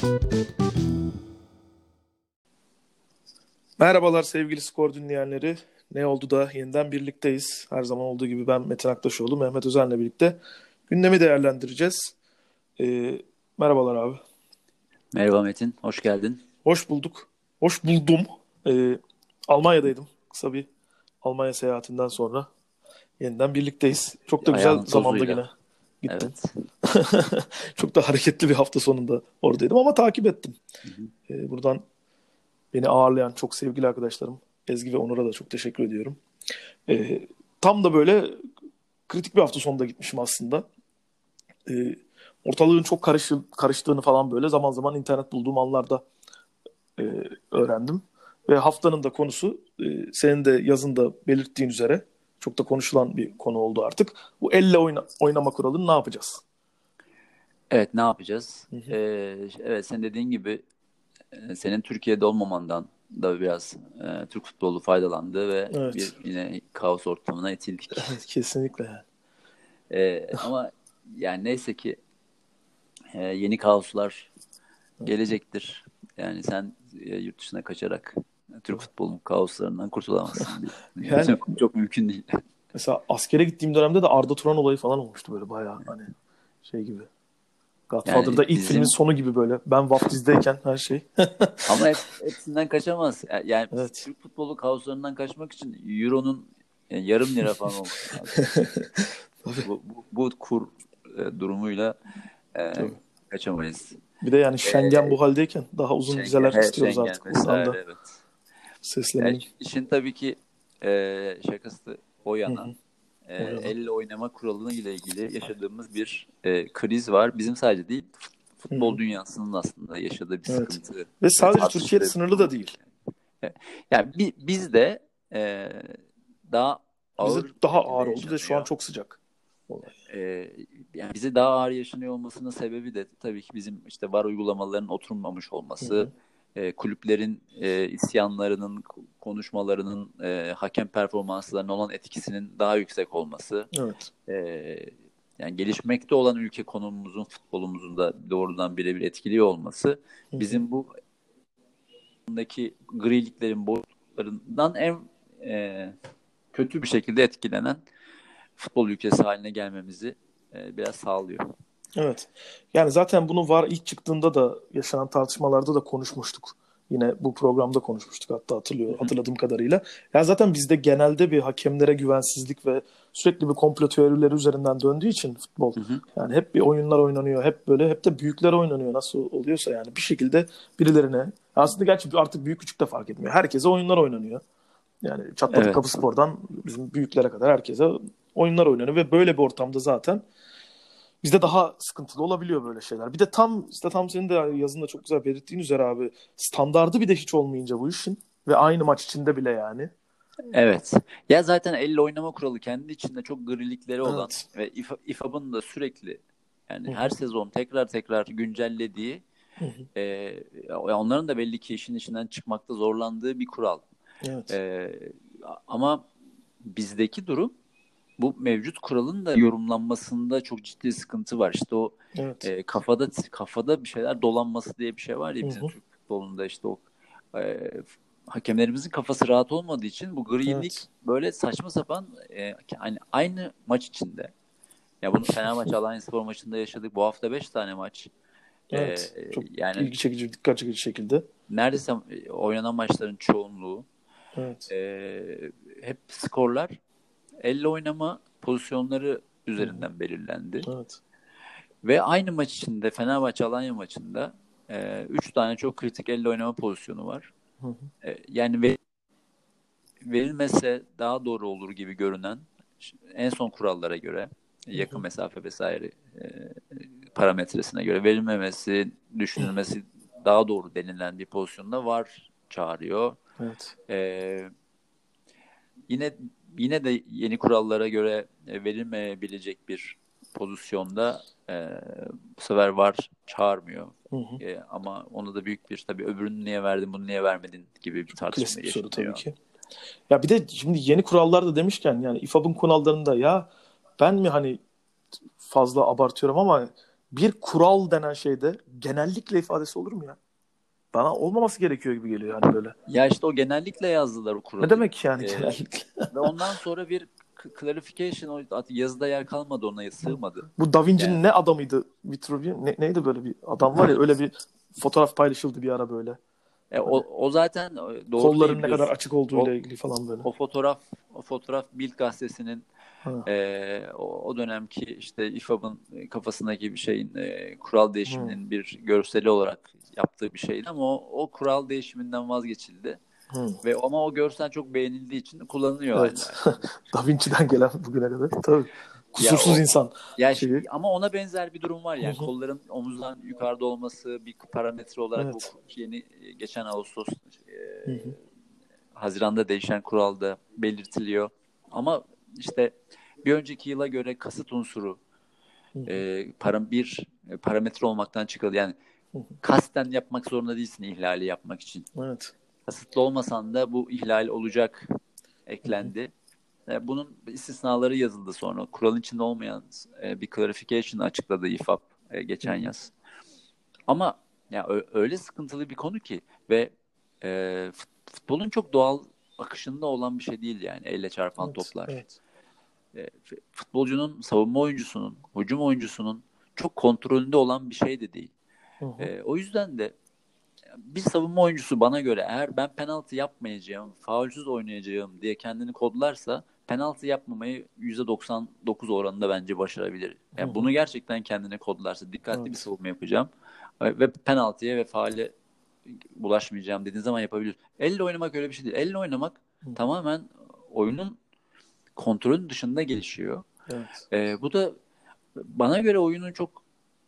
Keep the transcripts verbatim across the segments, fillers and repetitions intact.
Merhabalar sevgili skor dinleyenleri. Ne oldu da yeniden birlikteyiz. Her zaman olduğu gibi ben Metin Aktaşoğlu, Mehmet Özen'le birlikte gündemi değerlendireceğiz. Ee, merhabalar abi. Merhaba Metin, hoş geldin. Hoş bulduk. Hoş buldum. Ee, Almanya'daydım. Kısa bir Almanya seyahatinden sonra yeniden birlikteyiz. Çok da güzel Ayağının zamanda tozuyla. yine gittim. Evet. Çok da hareketli bir hafta sonunda oradaydım ama takip ettim. Hı hı. Ee, buradan beni ağırlayan çok sevgili arkadaşlarım Ezgi ve Onur'a da çok teşekkür ediyorum. Ee, tam da böyle kritik bir hafta sonunda gitmişim aslında. Ee, ortalığın çok karışı, karıştığını falan böyle zaman zaman internet bulduğum anlarda e, öğrendim. Ve haftanın da konusu e, senin de yazında belirttiğin üzere çok da konuşulan bir konu oldu artık. Bu elle oyna, oynama kuralını ne yapacağız? Evet, ne yapacağız? Hı hı. Ee, evet, sen dediğin gibi e, senin Türkiye'de olmamandan da biraz e, Türk futbolu faydalandı ve Evet. bir yine kaos ortamına itildik. Evet, kesinlikle. Ee, ama yani neyse ki e, yeni kaoslar gelecektir. Yani sen e, yurt dışına kaçarak Türk futbolunun kaoslarından kurtulamazsın. Yani çok, çok mümkün değil. mesela askere gittiğim dönemde de Arda Turan olayı falan olmuştu böyle bayağı hani şey gibi. Godfather'da Yani ilk bizim filmin sonu gibi böyle. Ben vaftizdeyken her şey. Ama hep, hepsinden kaçamaz. Yani yani Evet. Türk futbolu kaoslarından kaçmak için Euro'nun yani yarım lira falan olması lazım. Tabii, Bu, bu, bu kur e, durumuyla e, tabii. kaçamayız. Bir de yani E, Schengen bu haldeyken daha uzun Schengen, vizeler he, istiyoruz Schengen artık. Buradan vesaire, da evet. Yani seslenelim. işin tabii ki e, şakası o Hı yana. hı. E, O yana. elle oynama kuralı ile ilgili yaşadığımız bir e, kriz var. Bizim sadece değil, Hı futbol hı. dünyasının aslında yaşadığı bir Evet. sıkıntı Ve ve sadece Türkiye'de tartıştığı bir sınırlı konu. da değil. E, Yani bi- bizde e, daha Bize ağır daha şekilde ağır oldu ve şu an yaşanıyor. çok sıcak olay. E, Yani bize daha ağır yaşanıyor olmasının sebebi de tabii ki bizim işte VAR uygulamalarının oturmamış Hı olması, hı. e, kulüplerin e, isyanlarının, konuşmalarının, e, hakem performanslarına olan etkisinin daha yüksek olması, Evet. e, yani gelişmekte olan ülke konumumuzun, futbolumuzun da doğrudan birebir etkiliyor olması Hı hı. bizim bu daki griliklerin boyutlarından en e, kötü bir şekilde etkilenen futbol ülkesi haline gelmemizi e, biraz sağlıyor. Evet. Yani zaten bunu VAR ilk çıktığında da yaşanan tartışmalarda da konuşmuştuk. Yine bu programda konuşmuştuk hatta hatırlıyor, Hı hı. hatırladığım kadarıyla. Yani zaten bizde genelde bir hakemlere güvensizlik ve sürekli bir komplo teorileri üzerinden döndüğü için futbol. Hı hı. Yani hep bir oyunlar oynanıyor. Hep böyle hep de büyükler oynanıyor. Nasıl oluyorsa yani bir şekilde birilerine aslında gerçi artık büyük küçük de fark etmiyor. Herkese oyunlar oynanıyor. Yani çatladık Evet. Kapıspor'dan bizim büyüklere kadar herkese oyunlar oynanıyor ve böyle bir ortamda zaten bizde daha sıkıntılı olabiliyor böyle şeyler. Bir de tam işte tam senin de yazında çok güzel belirttiğin üzere abi standardı bir de hiç olmayınca bu işin ve aynı maç içinde bile yani. Evet. Ya zaten elle oynama kuralı kendi içinde çok grilikleri olan Evet. ve İFA, İFAB'ın da sürekli yani Hı her hı. sezon tekrar tekrar güncellediği Hı hı. e, onların da belli ki işin içinden çıkmakta zorlandığı bir kural. Evet. E, Ama bizdeki durum bu mevcut kuralın da yorumlanmasında çok ciddi sıkıntı var. İşte o Evet. e, kafada kafada bir şeyler dolanması diye bir şey var Hı ya bizim hı. Türk futbolunda işte o e, hakemlerimizin kafası rahat olmadığı için bu grilik Evet. böyle saçma sapan e, hani aynı maç içinde. Ya bunu Fenerbahçe Alanyaspor maçında yaşadık. Bu hafta beş tane maç. E, Evet. Çok Yani ilgi çekici, dikkat çekici şekilde. neredeyse oynanan maçların çoğunluğu Evet. e, hep skorlar elle oynama pozisyonları Hı hı. üzerinden belirlendi. Evet. Ve aynı maç içinde Fenerbahçe Alanya maçında e, üç tane çok kritik elle oynama pozisyonu var. Hı hı. E, yani ver, verilmese daha doğru olur gibi görünen en son kurallara göre Hı yakın hı. mesafe vesaire e, parametresine göre verilmemesi, düşünülmesi daha doğru denilen bir pozisyonda var çağırıyor. Evet. E, Yine yine de yeni kurallara göre e, verilmeyebilecek bir pozisyonda e, bu sefer VAR çağırmıyor. Hı hı. E, ama ona da büyük bir tabii öbürünü niye verdin bunu niye vermedin gibi bir tartışma Klasik bir soru tabii yaşanıyor. ki. Ya bir de şimdi yeni kurallar da demişken yani İFAB'ın kurallarında ya ben mi hani fazla abartıyorum ama bir kural denen şeyde genellikle ifadesi olur mu ya? Bana olmaması gerekiyor gibi geliyor yani böyle. Ya işte o genellikle yazdılar o Ne kuralı. demek yani Ee, genellikle? ve ondan sonra bir c- clarification, o artık yazıda yer kalmadı, ona sığmadı. Bu Da Yani Vinci'nin ne adamıydı? Vitruvian ne, neydi böyle bir adam var ya, öyle bir fotoğraf paylaşıldı bir ara böyle. e, o, Hani o zaten e, doğru değil, kolların ne kadar biliyorsun. açık olduğuyla O ilgili falan böyle. o fotoğraf o fotoğraf Bild gazetesinin Ha. e, o, o dönemki işte İ F A B'ın kafasındaki bir şeyin, e, kural Hı. değişiminin bir görseli olarak yaptığı bir şeydi, ama o, o kural değişiminden vazgeçildi. Hı. Ve ama o görsel çok beğenildiği için kullanılıyor Evet. hala. Da Vinci'den gelen bugüne kadar. Tabii. Ya Kusursuz o insan ya ş- şeyi. ama ona benzer bir durum var Hı yani, hı. kolların omuzdan yukarıda olması bir parametre olarak, bu Evet. yeni e, geçen Ağustos, e, Hı hı. Haziran'da değişen kuralda belirtiliyor. Ama işte bir önceki yıla göre kasıt unsuru Hı hı. e, para, bir e, parametre olmaktan çıkıldı. Yani Hı hı. kasten yapmak zorunda değilsin ihlali yapmak için. Evet. Kasıtlı olmasan da bu ihlal olacak Hı hı. eklendi. E, Bunun istisnaları yazıldı sonra. Kuralın içinde olmayan e, bir clarification açıkladı İ F A B e, Hı geçen hı. yaz. Ama ya ö- öyle sıkıntılı bir konu ki, ve e, fut- futbolun çok doğal akışında olan bir şey değil yani, elle çarpan Evet. toplar. Evet. E, f- futbolcunun, savunma oyuncusunun, hücum oyuncusunun çok kontrolünde olan bir şey de değil. Hı hı. E, o yüzden de bir savunma oyuncusu bana göre, eğer ben penaltı yapmayacağım, faulsüz oynayacağım diye kendini kodlarsa, penaltı yapmamayı yüzde doksan dokuz oranında bence başarabilir. Hı Yani hı. bunu gerçekten kendine kodlarsa, dikkatli bir Evet. savunma yapacağım ve ve penaltıya ve faale bulaşmayacağım dediğin zaman yapabilir. Elle oynamak öyle bir şey değil. Elle oynamak Hı hı. tamamen oyunun kontrolün dışında gelişiyor. Evet. Ee, bu da bana göre oyunun çok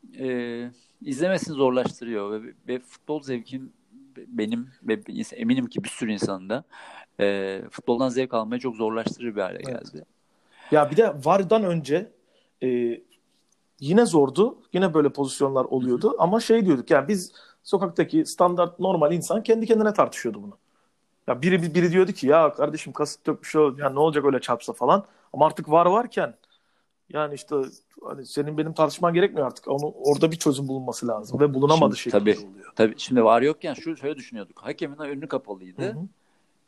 e, izlemesini zorlaştırıyor, ve, ve futbol zevkim benim ve eminim ki bir sürü insanın da e, futboldan zevk almayı çok zorlaştırır bir hale Evet. geldi. Ya bir de V A R'dan önce e, yine zordu. Yine böyle pozisyonlar Hı hı. oluyordu. Ama şey diyorduk yani, biz sokaktaki standart normal insan kendi kendine tartışıyordu bunu. Ya biri biri diyordu ki ya kardeşim kasıt yok bir şey oldu. Ya ne olacak öyle çarpsa falan. Ama artık V A R varken yani işte hani senin benim tartışman gerekmiyor artık. Onu orada bir çözüm bulunması lazım ve bulunamadı Şimdi şeklinde tabii oluyor. tabii şimdi var yokken şu şöyle düşünüyorduk. Hakemin önü Hı kapalıydı. hı.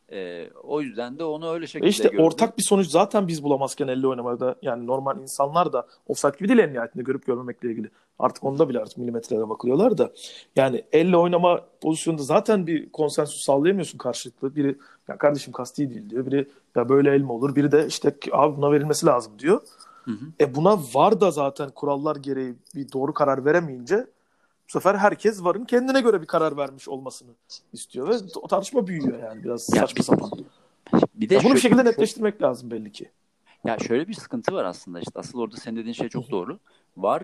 E, o yüzden de onu öyle Ve şekilde işte gördü. ortak bir sonuç zaten biz bulamazken elle oynamada, yani normal insanlar da offside gibi değil en nihayetinde, görüp görmemekle ilgili. Artık onda bile artık milimetrelere bakılıyorlar da. Yani elle oynama pozisyonunda zaten bir konsensus sağlayamıyorsun karşılıklı. Biri ya kardeşim kasti değil diyor. Biri ya böyle el mi olur? Biri de işte abi buna verilmesi lazım diyor. Hı hı. E buna V A R da zaten kurallar gereği bir doğru karar veremeyince bu sefer herkes V A R'ın kendine göre bir karar vermiş olmasını istiyor ve o tartışma büyüyor yani, biraz Ya saçma bir, sapan. bir de Ya bunu bir şu, şekilde şu netleştirmek lazım belli ki. ya şöyle bir sıkıntı var aslında, işte asıl orada senin dediğin şey çok doğru. Var,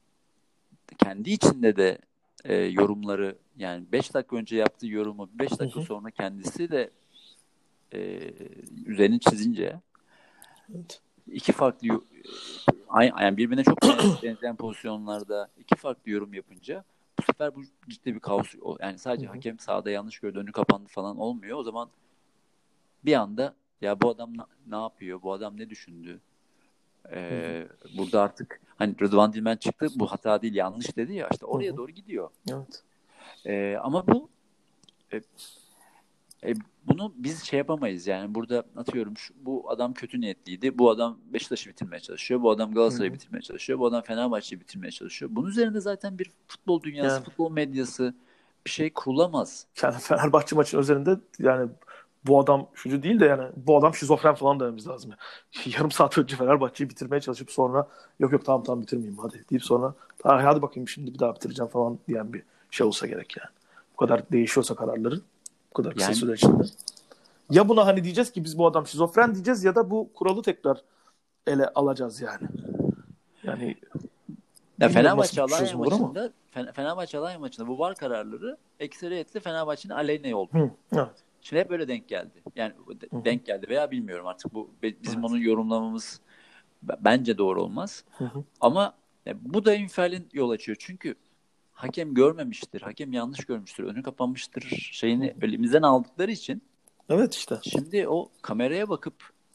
kendi içinde de e, yorumları, yani beş dakika önce yaptığı yorumu beş Hı dakika hı. sonra kendisi de e, üzerini çizince, Evet. iki farklı yo- ay- yani birbirine çok benze- benzeyen pozisyonlarda iki farklı yorum yapınca, bu sefer bu ciddi bir kaos. O- Yani Hı sadece hı. hakem sahada yanlış gördü, önü kapandı falan olmuyor. O zaman bir anda ya bu adam na- ne yapıyor? Bu adam ne düşündü? Hı hı. Ee, burada artık hani Rıdvan Dilmen çıktı, bu hata değil yanlış dedi ya, işte Hı oraya hı. doğru gidiyor. Evet. Ee, ama bu e, E, bunu biz şey yapamayız yani, burada atıyorum şu, bu adam kötü niyetliydi, bu adam Beşiktaş'ı bitirmeye çalışıyor, bu adam Hı Galatasaray'ı hı. bitirmeye çalışıyor, bu adam Fenerbahçe'yi bitirmeye çalışıyor. Bunun üzerinde zaten bir futbol dünyası, Yani, futbol medyası bir şey kurulamaz. yani Fenerbahçe maçının üzerinde yani bu adam şucu değil de yani bu adam şizofren falan dememiz lazım. Yarım saat önce Fenerbahçe'yi bitirmeye çalışıp sonra yok yok tamam tamam bitirmeyeyim hadi deyip sonra hadi, hadi bakayım şimdi bir daha bitireceğim falan diyen bir şey olsa gerek yani. Bu kadar değişiyorsa kararları bu kadar kısa Yani süre içinde. Ya buna hani diyeceğiz ki biz bu adam şizofren diyeceğiz ya da bu kuralı tekrar ele alacağız yani. Yani ya bilmiyorum nasıl Fenerbahçe bir Alanya çözüm olur ama. maçında Fe- Fenerbahçe Alanya maçında bu var kararları ekseriyetle Fenerbahçe'nin aleyhine oldu. Hı, evet. Şimdi hep böyle denk geldi. Yani Hı hı, denk geldi veya bilmiyorum artık, bu bizim onu evet. yorumlamamız b- bence doğru olmaz. Hı hı, Ama e, bu da infialin yol açıyor. Çünkü hakem görmemiştir, hakem yanlış görmüştür, önü kapanmıştır hı şeyini hı. elimizden aldıkları için, Evet işte. şimdi o kameraya bakıp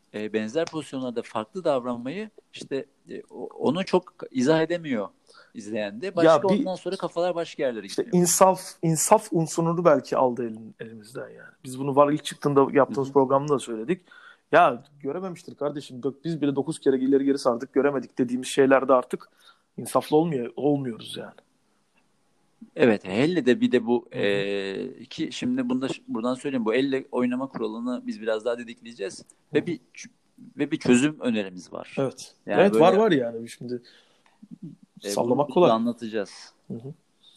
e, benzer pozisyonlarda farklı davranmayı işte e, onu çok izah edemiyor izleyen de. Başka Ya bir ondan sonra kafalar başka yerlere işte gidiyor. insaf insaf unsurunu belki aldı elin, elimizden yani. Biz bunu var ilk çıktığında Hı yaptığımız hı. programda da söyledik. Ya görememiştir kardeşim. Dök- Biz bile dokuz kere ileri geri sardık göremedik dediğimiz şeylerde artık insaflı olmuyor olmuyoruz yani. Evet, hele de bir de bu Hı hı. e, ki şimdi bunda buradan söyleyeyim, bu elle oynama kuralını biz biraz daha dedikleyeceğiz Hı ve hı. bir ve bir çözüm önerimiz var. Evet. Yani Evet var böyle var yani şimdi e, bunu, sallamak bunu da kolay. anlatacağız. Hı hı.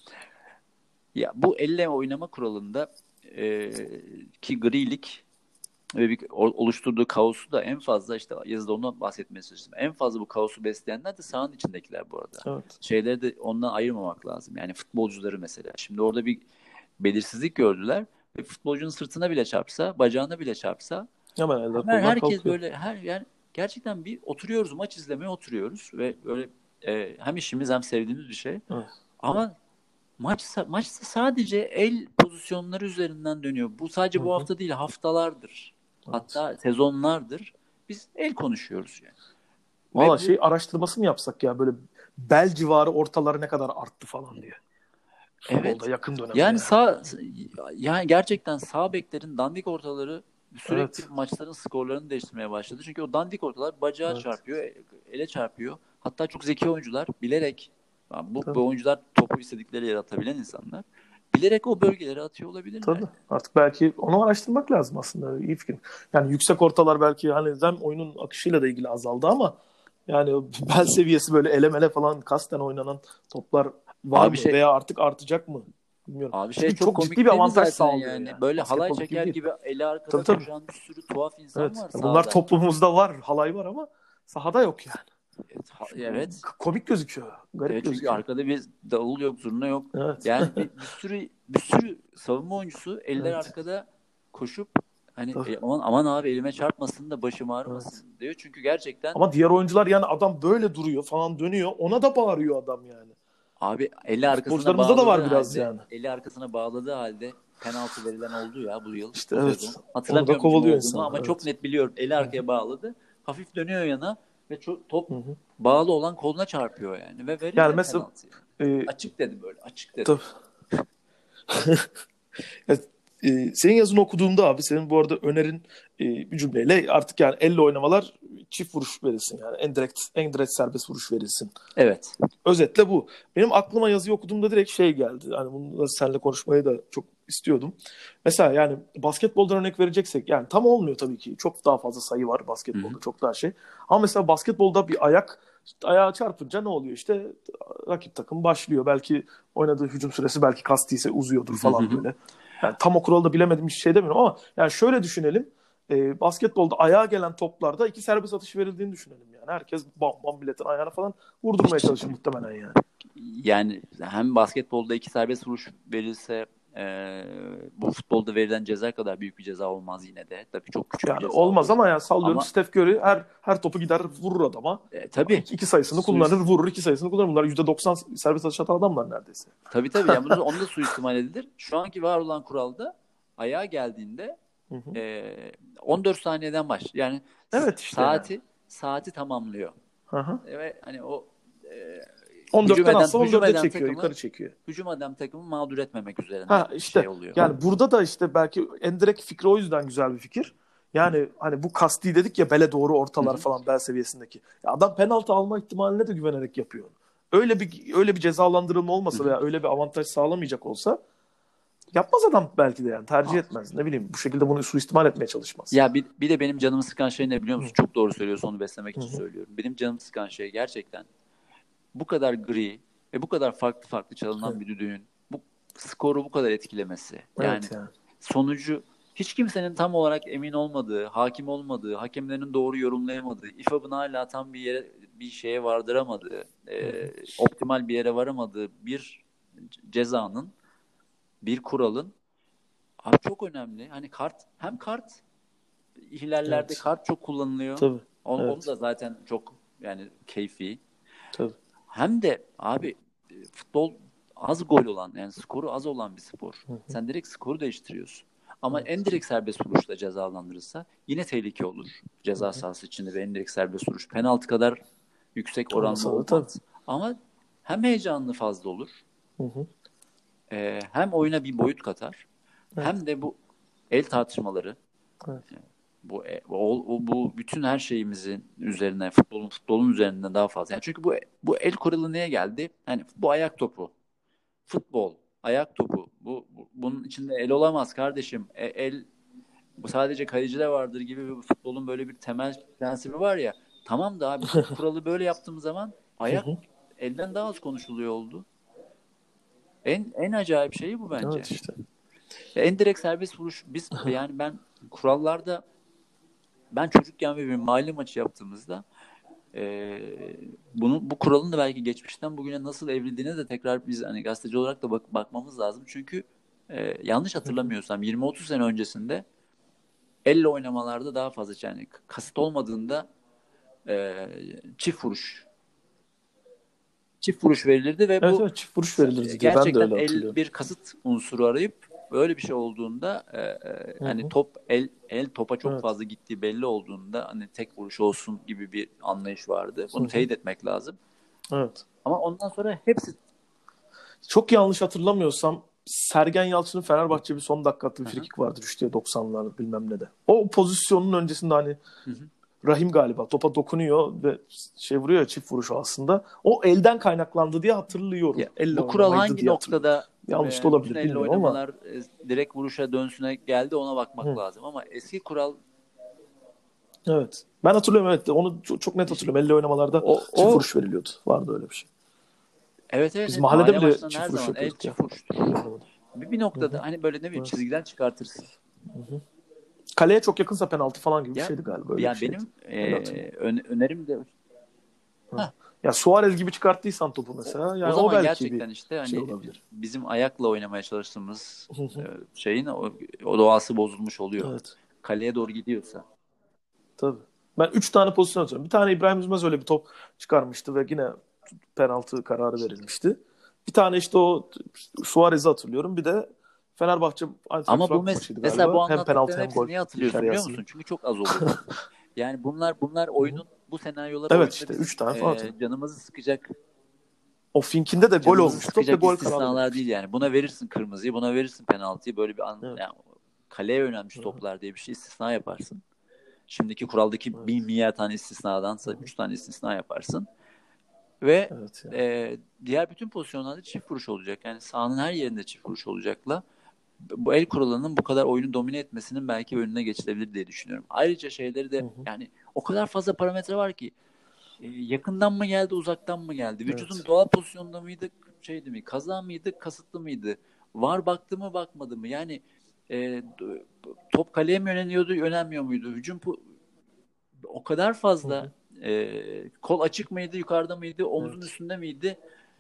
Ya bu elle oynama kuralında e, ki grilik ve bir o- oluşturduğu kaosu da en fazla, işte yazıda ondan bahsetmeye çalıştım. En fazla bu kaosu besleyenler de sahanın içindekiler bu arada. Evet. Şeyleri de ondan ayırmamak lazım. Yani futbolcuları mesela. Şimdi orada bir belirsizlik gördüler ve futbolcunun sırtına bile çarpsa, bacağına bile çarpsa Hemen eller hemen kollar herkes kalkıyor. böyle, her yani gerçekten bir oturuyoruz, maç izlemeye oturuyoruz ve böyle e, hem işimiz hem sevdiğimiz bir şey. Evet. Ama maç maçta sadece el pozisyonları üzerinden dönüyor. Bu Hı sadece bu hı. hafta değil, haftalardır. Evet. Hatta sezonlardır. Biz el konuşuyoruz yani. Valla Ve bu şey araştırması mı yapsak ya böyle bel civarı ortaları ne kadar arttı falan diye. Futbolda evet, yakın dönemde yani yani. sağ yani gerçekten sağ beklerin dandik ortaları sürekli Evet. maçların skorlarını değiştirmeye başladı. Çünkü o dandik ortalar bacağa Evet. çarpıyor, ele çarpıyor. Hatta çok zeki oyuncular bilerek, bu, Tabii. bu oyuncular topu istedikleri yere atabilen insanlar, bilerek o bölgelere atıyor olabilirler Tabii. yani. Artık belki onu araştırmak lazım aslında. İyi fikir. Yani yüksek ortalar belki hani hem oyunun akışıyla da ilgili azaldı ama yani o bel seviyesi böyle elemele falan kasten oynanan toplar var Abi mı şey veya artık artacak mı? Bilmiyorum. Abi şey Çünkü çok çok ciddi bir komik değil mi avantaj zaten sağlıyor yani? yani. Böyle halay Basketboldaki gibi çeker değil. gibi eli arkada Tabii tabii. koşan bir sürü tuhaf insan Evet. var Ya bunlar sahada. toplumumuzda var. Halay var ama sahada yok yani. Evet, ha- Çünkü evet. komik gözüküyor. Garip Evet, çünkü gözüküyor. arkada bir davul yok, zurna yok. Evet. Yani bir, bir sürü bir sürü savunma oyuncusu eller Evet. arkada koşup hani Tabii. e, aman aman abi elime çarpmasın da başım Evet. ağrımasın diyor. Çünkü gerçekten Ama diğer oyuncular yani adam böyle duruyor falan dönüyor. Ona da bağırıyor adam yani. abi eli arkasına Futbolcularımızda da bağladığı var biraz halde yani. eli arkasına bağladığı halde penaltı verilen oldu ya bu yıl, İşte bu evet. sezon. Onu da Hatırlamıyorum kim kovalıyor olduğunu ama insanlar. çok Evet. net biliyorum. Eli Hı hı. arkaya bağladı. Hafif dönüyor yana ve çok, top Hı hı. bağlı olan koluna çarpıyor yani ve Yani veriyor mesela penaltıyı. e, Açık dedi, böyle açık dedi. tabii. Ya, e, senin yazını okuduğumda abi senin bu arada önerin e, bir cümleyle artık yani elle oynamalar çift vuruş verilsin yani en direkt en direkt serbest vuruş verilsin. Evet. Özetle bu. Benim aklıma yazıyı okuduğumda direkt şey geldi. Hani bunu da seninle konuşmayı da çok istiyordum. Mesela yani basketboldan örnek vereceksek yani tam olmuyor tabii ki. Çok daha fazla sayı var Hı hı. basketbolda. Çok daha şey. Ama mesela basketbolda bir ayak işte ayağa çarpınca ne oluyor? İşte rakip takım başlıyor. Belki oynadığı hücum süresi belki kastiyse uzuyordur falan böyle. Yani tam o kuralı da bilemediğim bir şey demiyorum ama yani şöyle düşünelim. E, basketbolda ayağa gelen toplarda iki serbest atış verildiğini düşünelim yani. Herkes bam bam milletin ayağına falan vurdurmaya Hiç çalışır muhtemelen yani. Yani hem basketbolda iki serbest vuruş verilse e, bu futbolda verilen ceza kadar büyük bir ceza olmaz yine de. Tabii çok küçük bir Yani ceza olmaz olur. ama yani sallıyorum Ama Steph Curry her her topu gider vurur adama. e, tabii İki, iki sayısını kullanır suist vurur iki sayısını kullanır. Bunlar yüzde doksan serbest atış atan adamlar neredeyse. tabii tabii yani bunu, onu da suistimal edilir. Şu anki var olan kuralda ayağa geldiğinde Hı hı. e, on dört saniyeden baş. Yani Evet işte yani. saati saati tamamlıyor. Hı hı. E, ve hani o e, hücum on dörtten eden alsa hücum on dörde eden çekiyor takımı yukarı çekiyor. hücum eden takımı mağdur etmemek üzerine Ha işte şey oluyor. yani burada da işte belki en direkt fikri o yüzden güzel bir fikir. Yani hani bu kasti dedik ya bele doğru Hı ortalar hı. falan bel seviyesindeki. Ya adam penaltı alma ihtimaline de güvenerek yapıyor. Öyle bir öyle bir cezalandırılma Hı olmasa hı. veya öyle bir avantaj sağlamayacak olsa yapmaz adam belki de yani tercih etmez. Ne bileyim bu şekilde bunu suistimal etmeye çalışmaz. Ya bir, bir de benim canımı sıkan şey ne biliyor Hı musun? Çok doğru söylüyorsun, onu beslemek hı için hı. söylüyorum. Benim canımı sıkan şey gerçekten bu kadar gri ve bu kadar farklı farklı çalınan Evet, bir düdüğün bu skoru bu kadar etkilemesi. Yani evet yani. sonucu hiç kimsenin tam olarak emin olmadığı, hakim olmadığı, hakemlerin doğru yorumlayamadığı, İFAB'ın hala tam bir yere bir şeye vardıramadığı, Hı e, hı. optimal bir yere varamadığı bir cezanın, bir kuralın abi çok önemli. Hani kart, hem kart ihlallerde Evet. kart çok kullanılıyor. Tabii. Onu, onu Evet. da zaten çok yani keyfi. Tabii. Hem de abi futbol az gol olan, yani skoru az olan bir spor. Hı hı. Sen direkt skoru değiştiriyorsun. Ama Evet. en direkt serbest vuruşla cezalandırılsa yine tehlike olur ceza Hı-hı. sahası içinde ve en direkt serbest vuruş. Penaltı kadar yüksek oranlı Olmasa da tabii. olmaz. Ama hem heyecanlı fazla olur, Hı-hı. e, hem oyuna bir boyut katar, Evet. hem de bu el tartışmaları, Evet. bu e, o, o- bu bütün her şeyimizin üzerine, futbolun futbolun üzerinden daha fazla. Yani çünkü bu bu el kuralı neye geldi? Hani bu ayak topu, futbol, ayak topu. Bu, bu bunun içinde el olamaz kardeşim. E, el bu sadece kalecide vardır gibi bir futbolun böyle bir temel prensibi var ya. Tamam da abi bu kuralı böyle yaptığımız zaman ayak Hı-hı. elden daha az konuşuluyor oldu. En en acayip şeyi bu bence. Evet işte. En direkt serbest vuruş biz yani ben kurallarda ben çocukken bir mahalle maçı yaptığımızda e, bunu bu kuralın da belki geçmişten bugüne nasıl evrildiğine de tekrar biz hani gazeteci olarak da bak, bakmamız lazım. Çünkü e, yanlış hatırlamıyorsam yirmi otuz sene öncesinde elle oynamalarda daha fazla yani kasıt olmadığında e, çift vuruş çift vuruş verilirdi ve Evet bu evet çift vuruş verilirdi diye ben de gerçekten öyle el hatırlıyorum. bir kasıt unsuru arayıp böyle bir şey olduğunda e, e, hani Hı-hı. top el el topa çok Evet. fazla gittiği belli olduğunda hani tek vuruş olsun gibi bir anlayış vardı. Bunu Hı-hı. teyit etmek lazım. Evet. Ama ondan sonra hepsi Çok yanlış hatırlamıyorsam Sergen Yalçın'ın Fenerbahçe bir son dakika attığı bir frikik vardı işte doksanlar bilmem ne de. O pozisyonun öncesinde hani hı hı. Rahim galiba topa dokunuyor ve şey vuruyor ya çift vuruşu aslında. O elden kaynaklandı diye hatırlıyorum. Ya, Elle bu kural oynamaydı hangi diye hatırlıyorum. noktada Yanlış da e, bütün olabilir elle bilmiyorum ama. oynamalar e, direkt vuruşa dönsüne geldi ona bakmak Hı. lazım. Ama eski kural Evet. Ben hatırlıyorum evet. Onu çok, çok net işte, hatırlıyorum. Elle oynamalarda o, çift o vuruş veriliyordu. Vardı öyle bir şey. evet evet Biz evet mahallede mahalle bile maçlarında her çift vuruş zaman el yapıyorduk ya. çift vuruştur. Elle oynamada. Bir, bir Hı hı. noktada hani böyle ne bileyim Evet. çizgiden çıkartırsın. Kaleye çok yakınsa penaltı falan gibi bir Ya şeydi galiba. Öyle bir ya şeydi. benim Öyle e, hatırlıyorum. ön- önerim de Hı. heh, Ya Suarez gibi çıkarttıysan topu o, mesela o yani o zaman belki bir gerçekten işte şey hani olabilir. bizim ayakla oynamaya çalıştığımız Hı e, hı. şeyin o, o doğası bozulmuş oluyor. Evet. Kaleye doğru gidiyorsa. Tabii. Ben üç tane pozisyon atıyorum. Bir tane İbrahim Üzmez öyle bir top çıkarmıştı ve yine penaltı kararı verilmişti. Bir tane işte o Suarez'i hatırlıyorum. Bir de Fenerbahçe Eintracht Ama bu Frankfurt mes maçıydı mesela bu galiba. Hem anlattıkların penaltı hem hepsini gol. niye İlker hatırlıyorsun biliyor Yasin'in. musun? Çünkü çok az oluyor. Yani bunlar bunlar Hı hı. oyunun bu senaryolar Evet oyunda işte bizim üç tane falan e, atıyorum. canımızı sıkacak O Fink'inde de gol canımızı olmuştu top ve sıkacak gol kararı istisnalar değil verilmişti. yani. Buna verirsin kırmızıyı, buna verirsin penaltıyı. Böyle bir an, Evet. yani kaleye yönelmiş Hı hı. toplar diye bir şey istisna yaparsın. Şimdiki kuraldaki bin Evet. milyar tane Hı istisnadansa hı. üç tane istisna yaparsın. Ve Evet ya. e, diğer bütün pozisyonlarda çift vuruş olacak. Yani sahanın her yerinde çift vuruş olacakla bu el kuralının bu kadar oyunu domine etmesinin belki önüne geçilebilir diye düşünüyorum. Ayrıca şeyleri Hı de hı. yani o kadar fazla parametre var ki e, yakından mı geldi, uzaktan mı geldi? Vücudun Evet. doğal pozisyonda mıydı, şeydi mi? Kaza mıydı, kasıtlı mıydı? Var baktı mı, bakmadı mı? Yani e, top kaleye mi yöneliyordu, yönelmiyor muydu? Hücum o kadar Hı fazla hı. e, kol açık mıydı, yukarıda mıydı, omzun Evet. üstünde miydi?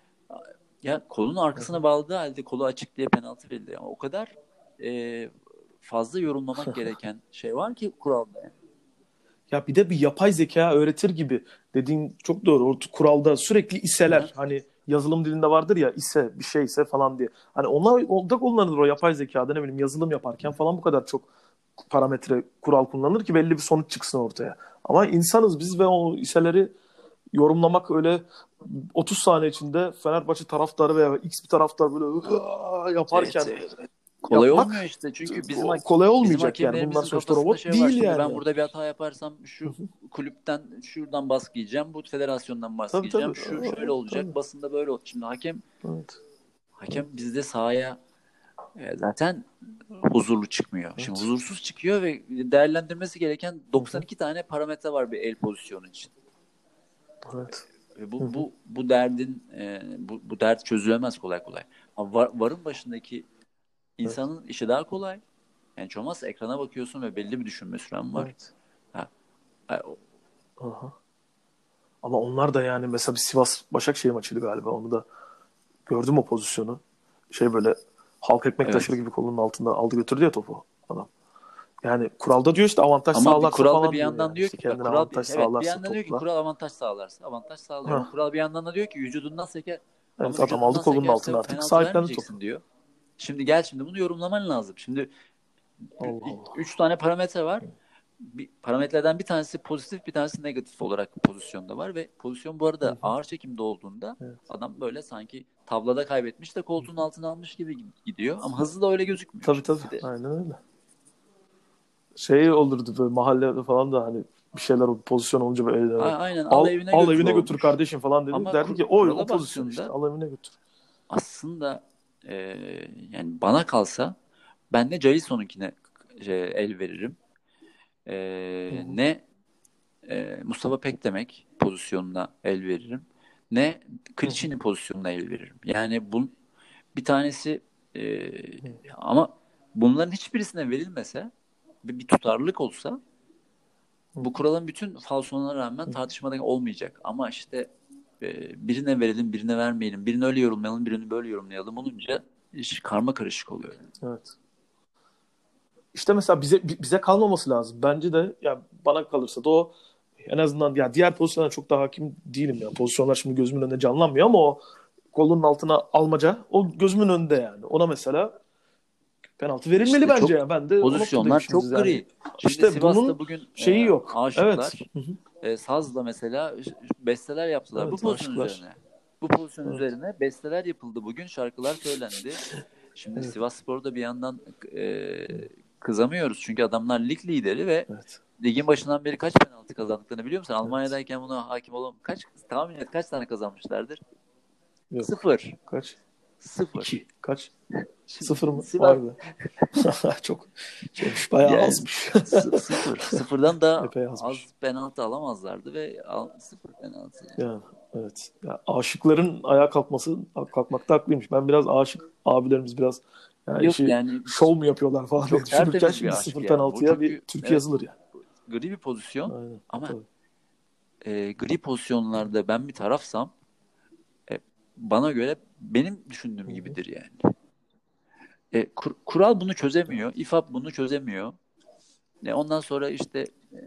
Ya kolun Hı arkasına hı. bağladığı halde kolu açık diye penaltı verildi. Yani o kadar e, fazla yorumlamak gereken şey var ki kuralda. Yani. Ya bir de bir yapay zeka öğretir gibi dediğin çok doğru. O kuralda sürekli Aha. iseler hani yazılım dilinde vardır ya ise bir şeyse falan diye. Hani onlar orada kullanılır o yapay zekada ne bileyim yazılım yaparken falan bu kadar çok parametre kural kullanılır ki belli bir sonuç çıksın ortaya. Ama insanız biz ve o iseleri yorumlamak öyle otuz saniye içinde Fenerbahçe taraftarı veya X bir taraftar böyle "Hıa!" Evet, yaparken evet. Kolay olmuyor yapmak işte. Çünkü bizim ha- kolay bizim olmayacak yani. Bunlar hakemlerimizin sonuçta kafasında robot şey var. değil Şimdi yani. ben burada bir hata yaparsam şu kulüpten şuradan baskı yiyeceğim. Bu federasyondan baskı Tabii tabii. yiyeceğim. Şu şöyle Aa, olacak. tabii. Basında böyle olacak. Şimdi hakem Evet. hakem Evet. bizde sahaya e, zaten huzurlu çıkmıyor. Şimdi Evet. huzursuz çıkıyor ve değerlendirmesi gereken Hı hı. doksan iki tane parametre var bir el pozisyonu için. Evet. Ve Hı bu hı. bu bu derdin e, bu, bu dert çözülemez kolay kolay. Ama var, varın başındaki Evet. insanın işi daha kolay. Yani hiç olmazsa ekrana bakıyorsun ve belli bir düşünme süren var. Evet. Ha, ha, o- Aha. Ama onlar da yani mesela bir Sivas Başakşehir maçıydı galiba. Onu da gördüm o pozisyonu. Şey böyle halk ekmek taşır evet. gibi kolunun altında aldı götürdü ya topu adam. Yani kuralda diyor işte avantaj Ama bir sağlarsa kuralda bir falan diyor yandan yani. diyor İşte ki bak kendine kural avantaj bir, evet bir sağlarsa yandan diyor ki topla. kural avantaj sağlarsa avantaj sağlıyor ama Hah. kural bir yandan da diyor ki vücudundan seker ama Evet adam aldı vücudundan kolunun sekerse altına artık penaltı sahiplendi topu. vermeyeceksin diyor. Şimdi gel şimdi bunu yorumlaman lazım. Şimdi Allah Allah. Üç tane parametre var. Bir, parametrelerden bir tanesi pozitif, bir tanesi negatif olarak pozisyonda var ve pozisyon bu arada Hı hı. ağır çekimde olduğunda Evet. adam böyle sanki tavlada kaybetmiş de koltuğun altına almış gibi gidiyor ama hızlı da öyle gözükmüyor. Tabii işte. tabii. Bir de Aynen öyle. Şey olurdu böyle mahallede falan da hani bir şeyler o pozisyon olunca böyle A- evet. aynen al Al, evine al götür evine götür olmuş. kardeşim falan dedi. Ama Derdi kur- ki o o kurala pozisyon işte baktığında al evine götür. aslında e, yani bana kalsa ben ne Jason'unkine şey, el veririm. Hı E, hı. ne e, Mustafa Pekdemek pozisyonuna el veririm. Ne Hı hı. Krişi'nin pozisyonuna el veririm. Yani bu bir tanesi e, Hı ama bunların hiçbirisine verilmese bir, bir tutarlılık olsa hı. bu kuralın bütün falsolarına rağmen Hı. tartışmada olmayacak. Ama işte e, birine verelim, birine vermeyelim, birini öyle yorumlayalım, birini böyle yorumlayalım olunca iş karma karışık oluyor. Evet. İşte mesela bize bi- bize kalmaması lazım. Bence de ya bana kalırsa da o en azından ya diğer pozisyonlara çok daha hakim değilim ya. Pozisyonlar şimdi gözümün önünde canlanmıyor ama o kolunun altına almaca o gözümün önünde yani. Ona mesela penaltı verilmeli İşte bence çok ya. Ben de o noktadayım pozisyonlar şimdi çok yani. gri. Şimdi İşte Sivas'ta bunun bugün e, şeyi yok. Evet. aşıklar Hı hı. e, sazla mesela besteler yaptılar bu Evet pozisyon aşıklar. üzerine. Bu pozisyon Evet. üzerine besteler yapıldı bugün, şarkılar söylendi. Şimdi Evet. Sivasspor'da bir yandan e, kızamıyoruz çünkü adamlar lig lideri ve Evet. ligin başından beri kaç penaltı kazandıklarını biliyor musun? Evet. Almanya'dayken buna hakim olan kaç tahmin et kaç tane kazanmışlardır? Yok. Sıfır. Kaç? Sıfır. İki. Kaç? Şimdi Sıfır mı? Sivas Vay be. Çok şeymiş. Bayağı yani azmış. sı- sıfır. Sıfırdan da Epey azmış. az penaltı alamazlardı ve al, sıfır penaltı yani. Yani evet. Ya, aşıkların ayağa kalkması kalkmakta haklıymış. Ben biraz aşık abilerimiz biraz yani Yok işi yani şov mu yapıyorlar falan diye çok düşünürken tertemiz bir şimdi aşk sıfır yani bu. penaltıya bir Çünkü türkü evet yazılır yani. gri bir pozisyon Aynen. ama Tabii. e, gri pozisyonlarda ben bir tarafsam e, bana göre benim düşündüğüm Hı hı. gibidir yani. E, kur- kural bunu çözemiyor. Evet. İFAB bunu çözemiyor. E, ondan sonra işte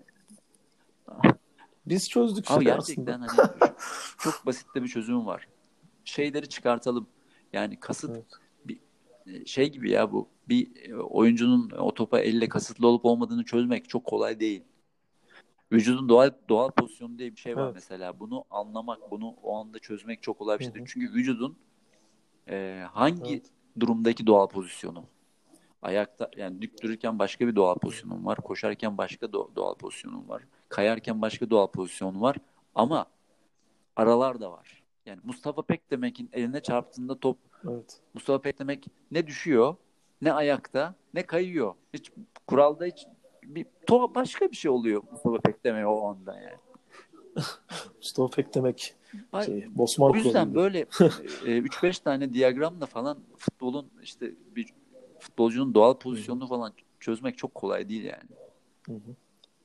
Biz çözdük abi işte aslında. gerçekten hani şu- çok basit de bir çözüm var. Şeyleri çıkartalım. Yani kasıt Evet. bir e, şey gibi ya bu bir e, oyuncunun o topa elle kasıtlı olup olmadığını çözmek çok kolay değil. Vücudun doğal doğal pozisyonu diye bir şey var Evet. mesela. Bunu anlamak, bunu o anda çözmek çok kolay bir Hı şeydir. hı. Çünkü vücudun e, hangi Evet. durumdaki doğal pozisyonu? Ayakta yani dik dururken başka bir doğal pozisyonun var. Koşarken başka do- doğal pozisyonun var. Kayarken başka doğal pozisyonun var. Ama aralar da var. Yani Mustafa Pekdemek'in eline çarptığında top Evet. Mustafa Pekdemek ne düşüyor, ne ayakta, ne kayıyor. Hiç kuralda hiç bir to başka bir şey oluyor Mustafa Pekdemek o anda yani. Mustafa Pek demek Ba- şey Bosman O kuralı yüzden gibi. böyle e, üç beş tane diyagramla falan futbolun işte bir futbolcunun doğal Hı hı. pozisyonunu falan çözmek çok kolay değil yani. Hı hı.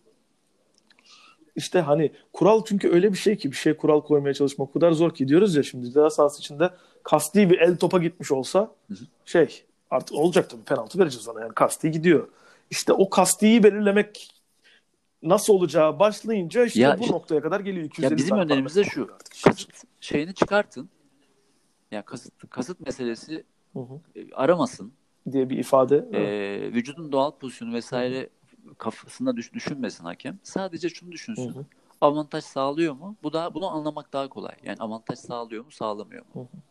İşte hani kural çünkü öyle bir şey ki bir şey kural koymaya çalışmak o kadar zor ki diyoruz ya şimdi ceza sahası içinde kasti bir el topa gitmiş olsa Hı hı. şey artık olacak tabii penaltı vereceğiz ona yani kasti gidiyor. İşte o kastiyi belirlemek nasıl olacağı başlayınca Ya işte bu işte, noktaya kadar geliyor. ya iki yüz elli bizim tane önerimiz parametre de şu. koyuyor artık işin içine. Kasıt şeyini çıkartın. Ya kasıt kasıt meselesi Hı hı. e, aramasın. Diye bir ifade. E, Evet. vücudun doğal pozisyonu Hı hı. vesaire kafasında düş, düşünmesin hakem. Sadece şunu Hı düşünsün. hı. Avantaj sağlıyor mu? Bu da bunu anlamak daha kolay. Yani avantaj sağlıyor mu, sağlamıyor mu? Hı hı.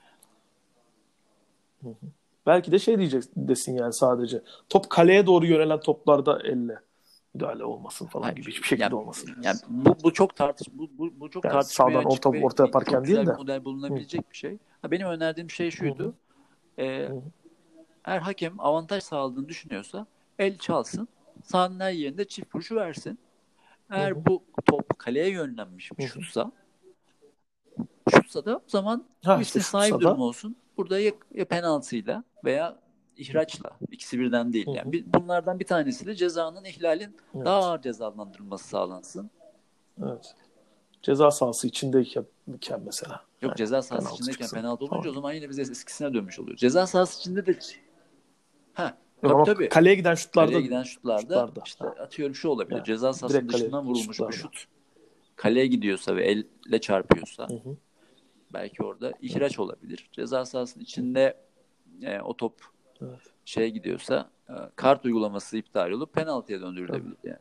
Hı hı. Belki de şey diyecek desin yani sadece. Top kaleye doğru yönelen toplarda elle müdahale olmasın falan Hayır, gibi hiçbir ya, şekilde olmasın ya dersin. bu, bu çok tartış bu, bu, bu çok Yani tartışmaya sağdan orta açık ve orta çok yaparken değil güzel bir de. model Hı bulunabilecek bir şey. Ha, benim önerdiğim şey hı hı. şuydu. Ee, Hı eğer hakem avantaj sağladığını düşünüyorsa el çalsın. Sahanın her yerinde çift vuruşu versin. hı. Eğer Hı bu top kaleye yönlenmiş bir hı. Hı. şutsa şutsa da o zaman bu Ha işte istisnai bir şutsa durum da. olsun. Burada ya, ya penaltıyla veya ihraçla. İkisi birden değil. Hı Yani hı. bir, bunlardan bir tanesi de cezanın ihlalin daha Evet. ağır cezalandırılması sağlansın. Evet. Ceza sahası içindeyken iken mesela. Yok Yani ceza sahası penaltı içindeyken çıksın penaltı olunca falan o gibi. zaman yine biz eskisine dönmüş oluyor. Ceza sahası içinde de ha Yok tabii ama tabii. kaleye giden Kaleye şutlarda giden diyorum. şutlarda Şutlarda. işte Ha. atıyorum şu olabilir. Yani Ceza sahasının direkt kaleye dışından giden vurulmuş bir şutlarda. şut kaleye gidiyorsa ve elle çarpıyorsa Hı hı. belki orada ihraç Evet. olabilir. Ceza sahasının Hı hı. içinde e, o top Evet. şeye gidiyorsa kart uygulaması iptal olup penaltıya Tabii. döndürülebilir yani.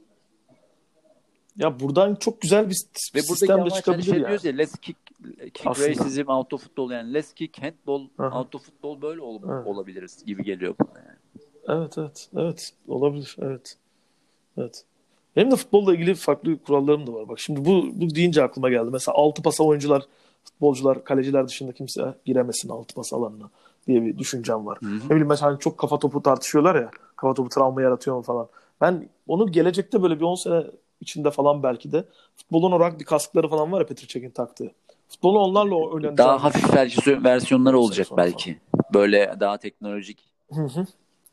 Ya buradan çok güzel bir Ve buradaki sistem de amaç hani çıkabilir şey yani diyoruz ya, let's kick, kick aslında. racism out of football, yani let's kick handball Aha, out of football, böyle ol, evet. olabiliriz gibi geliyor bana yani. Evet, evet, evet. Olabilir, evet. Evet. Benim de futbolla ilgili farklı kurallarım da var. Bak şimdi bu, bu deyince aklıma geldi. Mesela altı pasa oyuncular, futbolcular, kaleciler dışında kimse giremesin altı pas alanına diye bir düşüncem var. Hı hı. Ne bileyim mesela hani çok kafa topu tartışıyorlar ya. Kafa topu travma yaratıyor mu falan. Ben onu gelecekte böyle bir on sene içinde falan belki de futbolun o rugby kaskları falan var ya, Petr Çek'in taktığı. Futbolun onlarla Daha oynanacağını hafif düşünüyorum. belki versiyonları on sene olacak sonra falan. belki. Böyle daha teknolojik. Hı hı.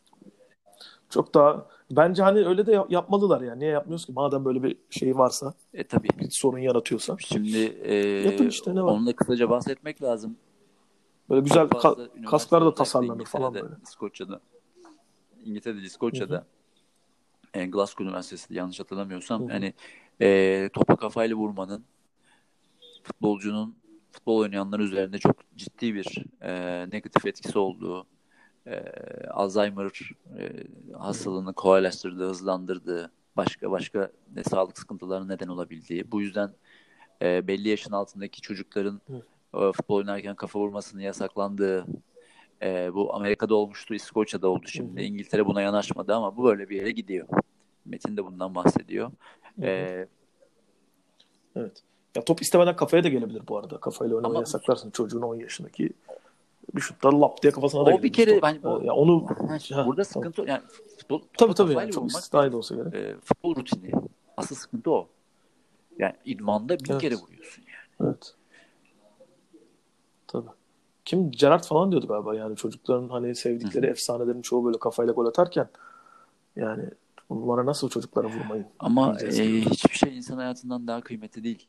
Çok daha bence hani öyle de yap- yapmalılar yani. Niye yapmıyoruz ki? Madem böyle bir şey varsa, E tabii. bir sorun yaratıyorsa. Şimdi Yapın e, işte, ne var? onu da kısaca bahsetmek lazım. Böyle Çok güzel ka- fazla üniversite, kasklar da özellikle tasarlanır falan İngiltere'de, böyle. İskoçya'da, İngiltere'de, Hı hı. İskoçya'da, e, Glasgow Üniversitesi'de yanlış Hı hatırlamıyorsam, hı. hani e, topa kafayla vurmanın futbolcunun, futbol oynayanlar üzerinde çok ciddi bir e, negatif etkisi olduğu, e, Alzheimer e, Hı hı. hastalığını kolaylaştırdığı, hızlandırdığı, başka başka ne sağlık sıkıntılarına neden olabildiği. Bu yüzden e, belli yaşın altındaki çocukların Hı e, futbol oynarken kafa vurmasının yasaklandığı, e, bu Amerika'da olmuştu, İskoçya'da oldu hı. şimdi. Hı İngiltere buna yanaşmadı ama bu böyle bir yere gidiyor. Metin de bundan bahsediyor. hı. E, Evet. Ya top istemeden kafaya da gelebilir bu arada. Kafayla oynamayı ama yasaklarsın çocuğun on yaşındaki. Bir şutta lap diye kafasına da o bir gelebilir kere top. hani Ee, o ya onu ha, ha, burada tamam. sıkıntı, yani futbol, topa Tabii tabii yani kafayla çok vurmak bir istisnai da olsa gerek. e, futbol rutini. Asıl sıkıntı o. Yani idmanda bin kere Evet. vuruyorsun yani. Evet. Tabii. Kim Gerrard falan diyordu galiba, yani çocukların hani Hı sevdikleri hı. efsanelerin çoğu böyle kafayla gol atarken yani bunlara nasıl çocuklara vurmayın Ama diyeceğiz e, diyordu. hiçbir şey insan hayatından daha kıymetli değil.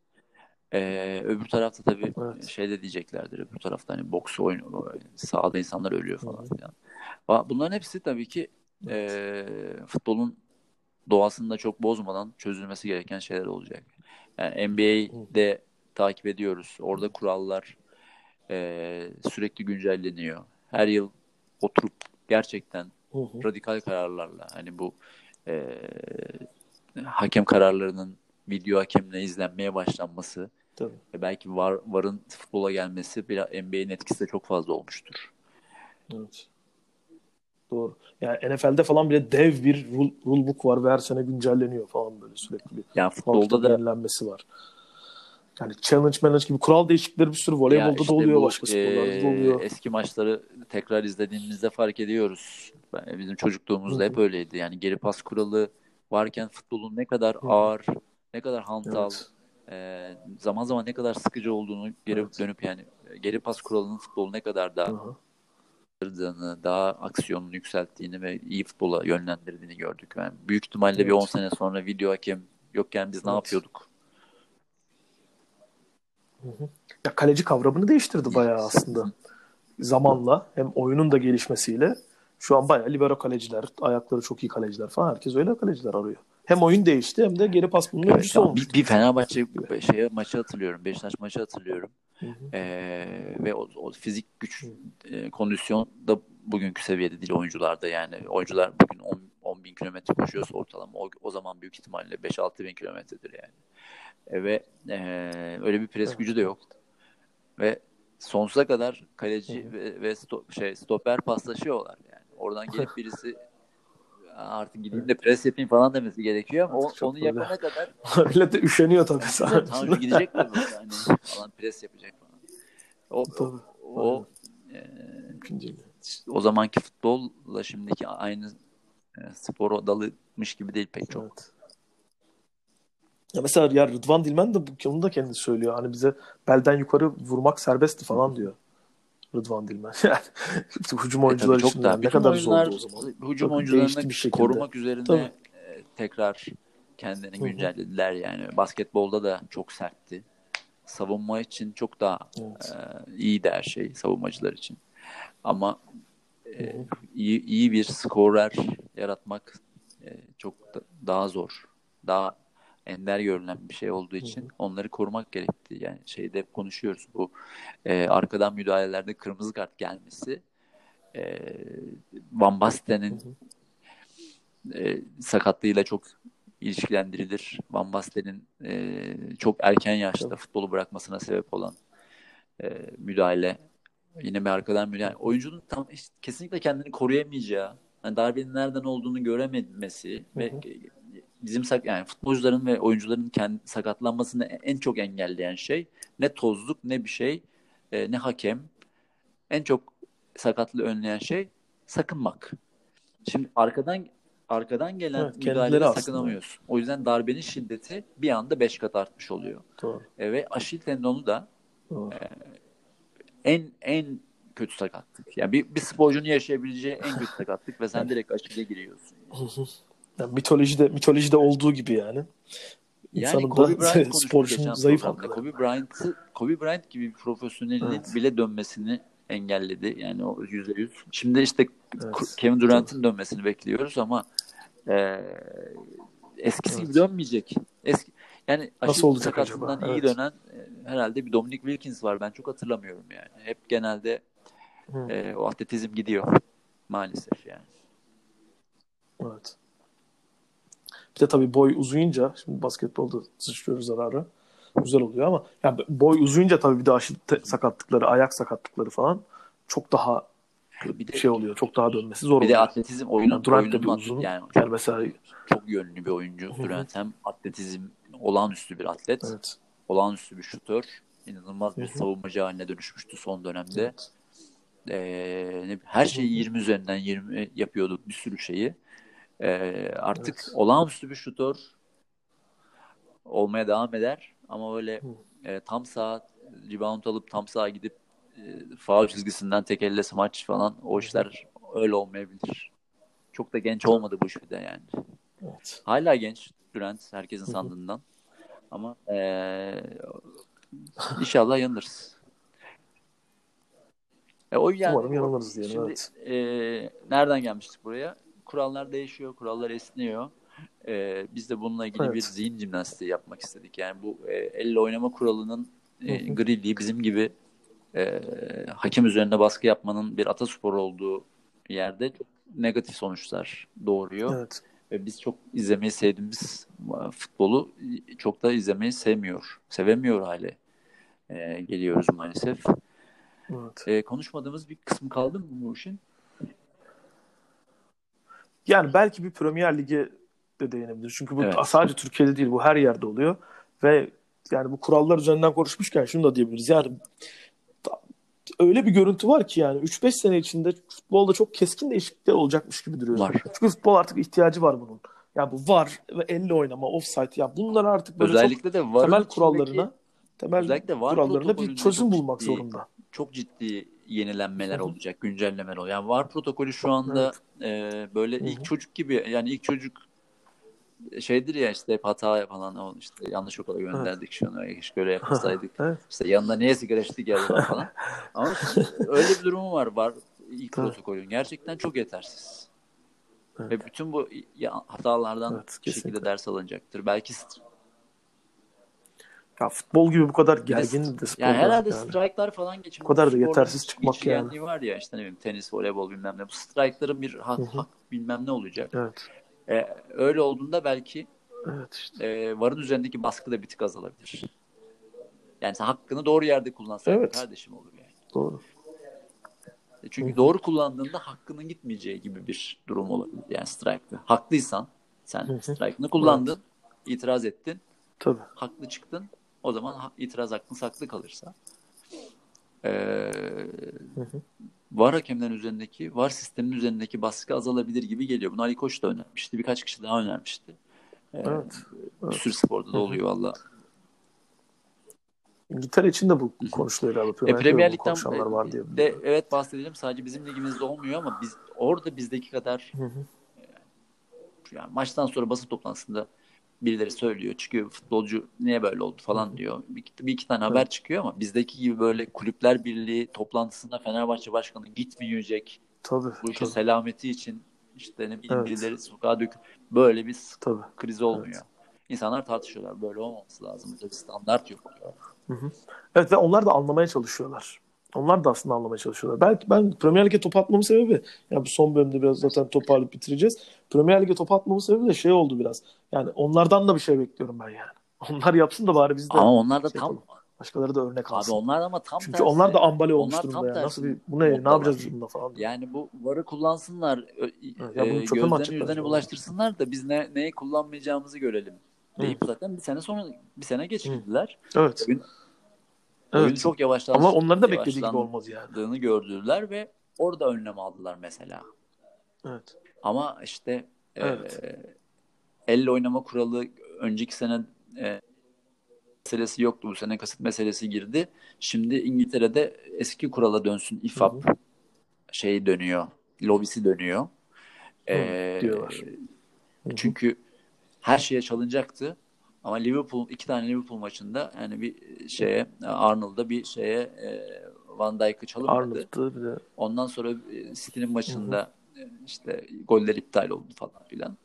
E, öbür tarafta tabii Evet. şey de diyeceklerdir. Öbür tarafta hani boks oyunu, sahada insanlar ölüyor Hı falan hı. filan. Ama bunların hepsi tabii ki Evet. e, futbolun doğasını da çok bozmadan çözülmesi gereken şeyler olacak. Yani Hı hı. N B A'de takip ediyoruz. Orada kurallar e, sürekli güncelleniyor. Her yıl oturup gerçekten Hı hı. radikal kararlarla, hani bu e, hakem kararlarının video hakemle izlenmeye başlanması Tabii. ve belki var, VAR'ın futbola gelmesi, biraz N B A'nin etkisi de çok fazla olmuştur. Evet. Doğru. Yani N F L'de falan bile dev bir rule, rule book var ve her sene güncelleniyor falan, böyle sürekli bir Yani kural futbolda kitabı da yenilenmesi var. Yani challenge manage gibi kural değişiklikleri bir sürü ya voleybolda da işte oluyor, bu başka e, sporlarda da oluyor. eski maçları tekrar izlediğimizde fark ediyoruz. Ben- Bizim Hı çocukluğumuzda hep hı. öyleydi. Yani geri pas kuralı varken futbolun ne kadar Hı hı. ağır, ne kadar hantal, Evet. e, zaman zaman ne kadar sıkıcı olduğunu geri Evet. dönüp, yani e, geri pas kuralının futbolu ne kadar daha Aha. arttırdığını, daha aksiyonunu yükselttiğini ve iyi futbola yönlendirdiğini gördük. Yani büyük ihtimalle bir on Evet. sene sonra video hakem yokken biz ne Evet. yapıyorduk? Hı hı. Ya kaleci kavramını değiştirdi bayağı aslında. Zamanla hem oyunun da gelişmesiyle şu an bayağı libero kaleciler, ayakları çok iyi kaleciler falan, herkes öyle kaleciler arıyor. Hem oyun değişti hem de geri pas bunun Evet, öncüsü ya bir, olmuştur bir Fenerbahçe gibi. şeye maçı hatırlıyorum. Beşiktaş maçı hatırlıyorum. Hı hı. Ee, ve o, o fizik güç, Hı. e, kondisyon da bugünkü seviyede değil oyuncularda. Yani oyuncular bugün on, on bin kilometre koşuyorsa ortalama, o, o zaman büyük ihtimalle beş altı bin kilometredir yani. E, ve e, öyle bir pres gücü Evet, de evet. yok. Ve sonsuza kadar Hı kaleci hı. ve, ve sto, şey stoper paslaşıyorlar yani. Oradan gelip birisi artık gideyim de Evet. pres yapayım falan demesi gerekiyor, ama o, Artık onu çok böyle yapana kadar öyle de üşeniyor tabii yani düşünsene, sahanın içinde. Tanju gidecek de böyle hani falan pres yapacak falan. O, o, Tabii. o Aynen. e, Mümkün değil. o zamanki futbolla şimdiki aynı e, spor dalımış gibi değil pek çok. Evet. Ya mesela ya Rıdvan Dilmen de bu konuda kendisi söylüyor. Hani bize belden yukarı vurmak serbestti falan diyor Rıdvan Dilmen. Yani işte hücum E tabii oyuncular çok için daha. yani ne Bütün kadar zordu o oyunlar zaman. hücum Çok oyuncularını değişti bir şekilde. korumak Tabii. üzerine e, tekrar kendilerini Hı hı. güncellediler yani. Basketbolda da çok sertti. Savunma için çok daha e, Evet. iyiydi her şey savunmacılar için. Ama Hı e, hı. iyi, iyi bir skorer yaratmak e, çok da- daha zor. Daha ender görülen bir şey olduğu Hı hı. için onları korumak gerekti. Yani şeyde hep konuşuyoruz, bu e, arkadan müdahalelerde kırmızı kart gelmesi e, Van Hı Basten'in hı. e, sakatlığıyla çok ilişkilendirilir. Van Basten'in e, çok erken yaşta Tabii. futbolu bırakmasına sebep olan e, müdahale. Yine bir arkadan Hı müdahale. hı. Oyuncunun tam işte kesinlikle kendini koruyamayacağı, yani darbenin nereden olduğunu görememesi Hı ve hı. bizim sak yani futbolcuların ve oyuncuların kendi sakatlanmasını en çok engelleyen şey ne tozluk ne bir şey, e, ne hakem. En çok sakatlığı önleyen şey sakınmak. Şimdi arkadan arkadan gelen Evet, müdahalede kendileri aslında. sakınamıyorsun. O yüzden darbenin şiddeti bir anda beş kat artmış oluyor. Doğru. E, ve Aşil tendonu da Doğru. en en kötü sakatlık. Yani bir, bir sporcunun yaşayabileceği en kötü sakatlık ve sen Yani, direkt Aşil'e giriyorsun. hı hı. Yani mitolojide mitolojide olduğu gibi yani. Yani İnsanın da Kobe Bryant konuştuk sporcunun geçen zayıf programda. Kobe halkalarında. Bryant'ı Kobe Bryant gibi bir profesyonelin Evet. bile dönmesini engelledi. Yani o yüzde yüz. Şimdi işte Evet. Kevin Tabii. Durant'ın dönmesini bekliyoruz ama e, eskisi gibi Evet. dönmeyecek. Eski yani Nasıl Aşil olacak acaba? sakatlığından iyi Evet. dönen e, herhalde bir Dominic Wilkins var. Ben çok hatırlamıyorum yani. Hep genelde Hı. e, o atletizm gidiyor maalesef yani. Evet. Bir de tabii boy uzayınca, şimdi basketbolda sıçrıyoruz ara ara. Güzel oluyor ama yani boy uzayınca tabii bir de aşırı te- sakatlıkları, ayak sakatlıkları falan çok daha Bir de şey oluyor. Çok daha dönmesi zor bir de oluyor. atletizm oyunun Yani Durant da bir oyununun atlet uzun. yani Yani çok mesela çok yönlü bir oyuncu hı hı, Durant. Hem atletizm olağanüstü bir atlet, evet. olağanüstü bir şutör, inanılmaz Hı bir hı, savunmacı haline dönüşmüştü son dönemde. evet. Ee, ne- her Hı şeyi hı, yirmi üzerinden yirmi yapıyordu, bir sürü şeyi. Ee, artık evet. olağanüstü bir şutör olmaya devam eder ama öyle Hı, e, tam saat rebound alıp tam sağa gidip e, faul çizgisinden tek elle smaç falan, o hı hı, işler öyle olmayabilir. Çok da genç tabii. olmadı bu iş bir de yani. Evet. Hala genç Durant herkesin Hı hı. sandığından ama e, inşallah yanılırız. E, o yani Umarım o, yanılırız diyelim. şimdi Evet. e, nereden gelmiştik buraya? Kurallar değişiyor, kurallar esniyor. E, biz de bununla ilgili bir Evet. zihin jimnastiği yapmak istedik. Yani bu e, elle oynama kuralının Hı e, hı, griliği bizim gibi e, hakem üzerinde baskı yapmanın bir atasporu olduğu yerde çok negatif sonuçlar doğuruyor. evet. Ve biz çok izlemeyi sevdiğimiz e, futbolu çok da izlemeyi sevmiyor, sevemiyor hale e, geliyoruz maalesef. Evet. E, konuşmadığımız bir kısmı kaldı mı bu işin? Yani belki bir Premier Lig'e de değinebilir. Çünkü bu Evet. sadece Türkiye'de değil, bu her yerde oluyor. Ve yani bu kurallar üzerinden konuşmuşken şunu da diyebiliriz. Yani öyle bir görüntü var ki yani üç beş sene içinde futbolda çok keskin değişiklikler olacakmış gibi duruyor. Var. Çünkü futbol artık ihtiyacı var bunun. Ya bu var ve elle oynama, offside, ya bunlar artık böyle çok Özellikle de VAR'ın temel içindeki kurallarına, temel özellikle VAR kurallarına bir protokolünde çözüm çok bulmak ciddi zorunda. çok ciddi yenilenmeler Hı hı. olacak, güncellemeler olacak. Yani VAR protokolü şu anda Evet. e, böyle Hı ilk hı. çocuk gibi, yani ilk çocuk şeydir ya, işte hep hata falan, o işte yanlış okula Evet. gönderdik şunu, keşke öyle yapmasaydık. Evet. İşte yanında niye sigara içtik ya acaba falan. Ama şimdi öyle bir durumu var, var ilk Tabii. protokolün. Gerçekten çok yetersiz. Evet. Ve bütün bu ya- hatalardan Evet. bir şekilde Kesinlikle. ders alınacaktır. Belki st- Ya futbol gibi bu kadar bir de st- gergin bir yani sporda herhalde yani. strike'lar falan Bu geçmiyor. Bu kadar da sporların yetersiz çıkmak yani. geçirgenliği var ya, işte ne bileyim, tenis, voleybol bilmem ne. Bu strike'ların bir Hı hak, hı. hak bilmem ne olacak. Evet. E, öyle olduğunda belki Evet işte. e, VAR'ın üzerindeki baskı da bir tık azalabilir. Yani sen hakkını doğru yerde kullansaydın Evet. kardeşim, olur yani. Doğru. E, Hı çünkü hı. doğru kullandığında hakkının gitmeyeceği gibi bir durum olabilir. Yani strike'da. Haklıysan sen Hı hı. strike'ını Evet. kullandın, itiraz ettin, Tabii. haklı çıktın. O zaman ha- itiraz hakkın saklı kalırsa. Ee, Hı hı. VAR hakemlerin üzerindeki, VAR sisteminin üzerindeki baskı azalabilir gibi geliyor. Bunu Ali Koç da önermişti. Birkaç kişi daha önermişti. Ee, Evet. bir sürü Evet. sporda Hı da hı. oluyor valla. İngiltere için de bu konuşuluyor herhalde. E, Premier Lig'de de Premier bunu Lig'den konuşanlar var diye de biliyorum. evet bahsedelim. Sadece bizim ligimizde olmuyor ama biz orada bizdeki kadar, Hı hı. yani maçtan sonra basın toplantısında birileri söylüyor, çıkıyor, futbolcu niye böyle oldu Hı falan hı. diyor. Bir, bir iki tane haber Evet. çıkıyor ama bizdeki gibi böyle Kulüpler Birliği toplantısında Fenerbahçe Başkanı gitmeyecek, Tabii. bu işin Tabii. selameti için işte ne bileyim Evet. birileri sokağa dök, böyle bir Tabii. kriz olmuyor. Evet. İnsanlar tartışıyorlar. Böyle olmaması lazım. Burada bir standart yok diyor. Hı hı. Evet ve onlar da anlamaya çalışıyorlar. Onlar da aslında anlamaya çalışıyorlar. Belki ben Premier Lig'e top atmamın sebebi, yani bu son bölümde biraz zaten toparlayıp bitireceğiz. Premier Lig'e top atmamın sebebi de şey oldu biraz. Yani onlardan da bir şey bekliyorum ben yani. Onlar yapsın da bari biz de Ama onlar da şey tam yapalım. Başkaları da örnek abi alsın. onlar da ama tam Çünkü onlar da tersi. ambale olmuş Onlar durumda tam yani. Nasıl tersi bir, bu ne, ne yapacağız moddalar. biz bununla falan diyor. Yani bu varı kullansınlar, ö- Evet, ya bunu e, çöpe mi gözlerini atacaklar yüzlerini acaba? bulaştırsınlar da biz ne, neyi kullanmayacağımızı görelim Hı. deyip zaten bir sene sonra bir sene Hı. geçirdiler. Evet. Oyun, oyunu Evet. çok yavaşlan, Ama onların da beklediği gibi olmaz yani. yavaşlandığını gördüler ve orada önlem aldılar mesela. Evet. Ama işte e, Evet. elle oynama kuralı önceki sene e, meselesi yoktu. Bu sene kasıt meselesi girdi. Şimdi İngiltere'de eski kurala dönsün Hı hı. İ F A B şey dönüyor. Lobisi dönüyor. Hı. Ee, Diyorlar. Hı hı. çünkü her şeye çalınacaktı. Ama Liverpool iki tane Liverpool maçında yani bir şeye Arnold'da bir şeye e, Van Dijk'ı çalınmadı. Arnold'da bir de. Ondan sonra e, City'nin Hı hı. maçında e, işte goller iptal oldu falan filan.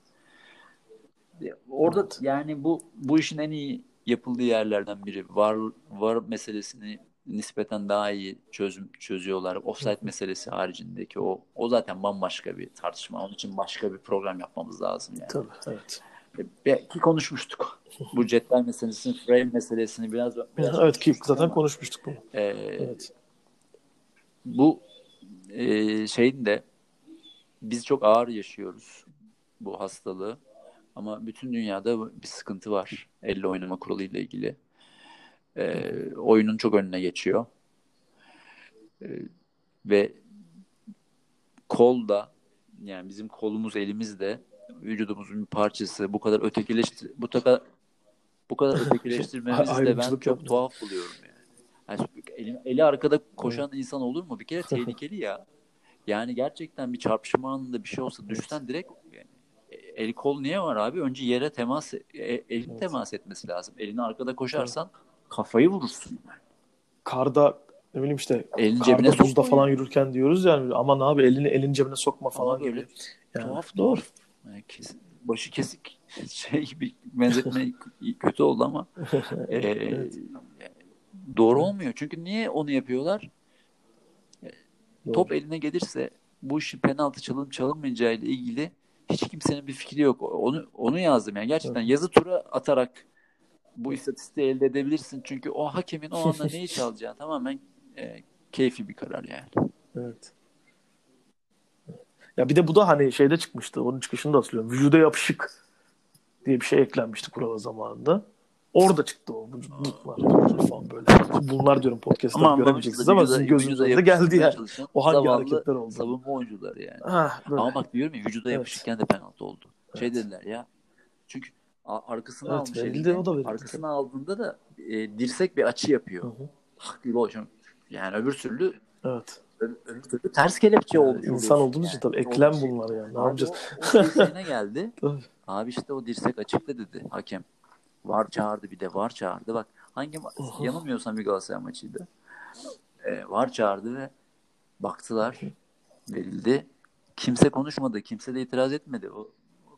Orada Evet. yani bu bu işin en iyi yapıldığı yerlerden biri. Var var meselesini nispeten daha iyi çözüm çözüyorlar. Hı Offside hı. meselesi haricindeki o o zaten bambaşka bir tartışma. Onun için başka bir program yapmamız lazım yani. Tabii. Evet. E, Belki konuşmuştuk. Bu cetvel meselesini, frame meselesini biraz biraz Evet ki konuşmuştuk zaten ama konuşmuştuk bunu. e, Evet. bu e, şeyin de biz çok ağır yaşıyoruz bu hastalığı. Ama bütün dünyada bir sıkıntı var elle oynama kuralı ile ilgili. Hı hı. E, oyunun çok önüne geçiyor. E, ve kol da yani bizim kolumuz elimiz de vücudumuzun bir parçası. Bu kadar ötekileştir bu kadar bu kadar Bir şey, ötekileştirmemizi de ben ayrımcılık çok yapmayalım. tuhaf buluyorum yani. Yani eli, eli arkada Evet. koşan insan olur mu? Bir kere tehlikeli ya. Yani gerçekten bir çarpışma anında bir şey olsa Evet. düşsen direkt yani, el kol niye var abi? Önce yere temas e, elin Evet. temas etmesi lazım. Elini arkada Tabii. koşarsan kafayı vurursun. Karda, ne bileyim işte, Elini cebine karda buzda sokma falan yani. yürürken diyoruz yani, aman abi elini elin cebine sokma Ama falan böyle gibi. Yani tuhaf doğru. tuhaf yani kes- başı kesik şey gibi benzetme kötü oldu ama e, Evet. doğru Evet. olmuyor. Çünkü niye onu yapıyorlar? Doğru. Top eline gelirse bu işin penaltı çalınıp çalınmayacağı ile ilgili hiç kimsenin bir fikri yok. Onu onu yazdım yani Hı gerçekten hı. yazı tura atarak bu istatistiği elde edebilirsin. Çünkü o hakemin o anda neyi çalacağı tamamen e, keyfi bir karar yani. Evet. Ya bir de bu da hani şeyde çıkmıştı. Onun çıkışını da hatırlıyorum. Vücuda yapışık diye bir şey eklenmişti kurala zamanında. Orada çıktı o. Bunlar, bunlar falan böyle. Şimdi bunlar diyorum, podcast'ı Ama tabii anlamışsınız göremeyeceksiniz ama vücuda sizin gözünüzün vücuda önünde geldi yapıştırmaya yani. çalışan O hangi zavallı hareketler olduğunu. savunma oyuncuları yani. Ah böyle. Ama bak diyorum ya vücuda Evet. yapışırken de penaltı oldu. Şey Evet. dediler ya çünkü a- arkasına Evet almış verildi, elini. o da verildi tabii. Arkasına aldığında da e, dirsek bir açı yapıyor. Hı hı. Hak gibi hocam. Yani öbür türlü Evet. öbür, öbür türlü ters kelepçe Yani olmuş insan oluyorsun olduğumuz için yani. tabii O eklem şey, bunlar yani. Ne abi yapacağız? o, o şey şeyine geldi. Tabii. Abi işte o dirsek açıkta dedi hakem. VAR çağırdı bir de VAR çağırdı. Bak hangi Hı ma- hı. yanılmıyorsam bir Galatasaray maçıydı. E, VAR çağırdı ve baktılar verildi. Kimse konuşmadı. Kimse de itiraz etmedi. O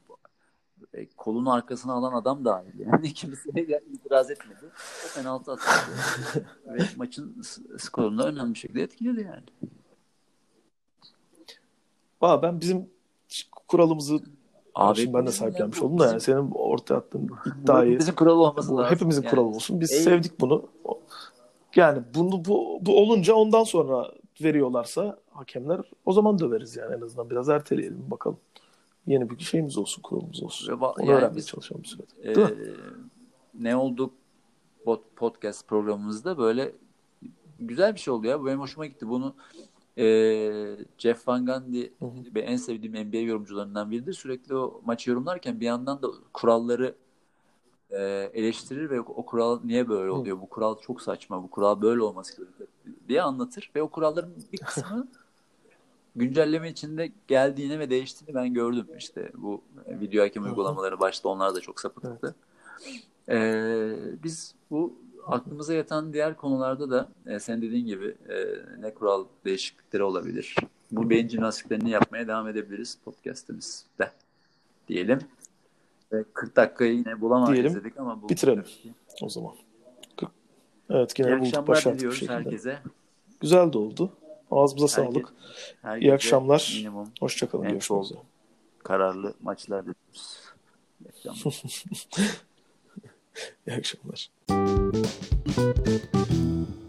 e, kolunu arkasına alan adam dahil. Yani kimse itiraz etmedi. O penaltı atıldı. Ve maçın skorunu önemli bir şekilde etkiledi yani. Valla ben bizim kuralımızı, yani Abi şimdi ben de hepimizin yani sahiplenmiş bu oldum da, yani bizim senin ortaya attığın bu iddiayı, hepimizin kuralı olması bu lazım. hepimizin kuralı Yani olsun. Biz ey sevdik bunu. Yani bunu bu, bu olunca ondan sonra veriyorlarsa hakemler, o zaman döveriz yani, en azından biraz erteleyelim bakalım. Yeni bir şeyimiz olsun, kuralımız olsun. ve va- Onu yani öğrenmeye biz çalışalım bir sürede. Değil mi? e, ne olduk podcast programımızda böyle güzel bir şey oldu ya. Bu benim hoşuma gitti. Bunu e, Jeff Van Gundy Hı hı. ve en sevdiğim N B A yorumcularından biridir. Sürekli o maçı yorumlarken bir yandan da kuralları e, eleştirir ve o kural niye böyle Hı. oluyor? Bu kural çok saçma. Bu kural böyle olması gerekiyor diye anlatır ve o kuralların bir kısmı güncelleme içinde geldiğini ve değiştiğini ben gördüm. İşte bu video hakem Hı hı. uygulamaları başta onlar da çok Evet. sapıttı. Ee, biz bu aklımıza yatan diğer konularda da e, sen dediğin gibi e, ne kural değişiklikleri olabilir. Bu beyin jimnastiklerini yapmaya devam edebiliriz podcast'imizde diyelim. Ve kırk dakikayı yine bulamayız Diyelim, dedik ama bulduk bitirelim demek ki. o zaman. Evet, İyi yine bulduk, akşamlar başardık bir diliyoruz şekilde. herkese. Güzel de oldu. Ağzımıza Herkes, sağlık. İyi herkese akşamlar. minimum Hoşçakalın. en Görüşmek sol üzere. kararlı maçlar diliyoruz. İyi akşamlar. İyi akşamlar.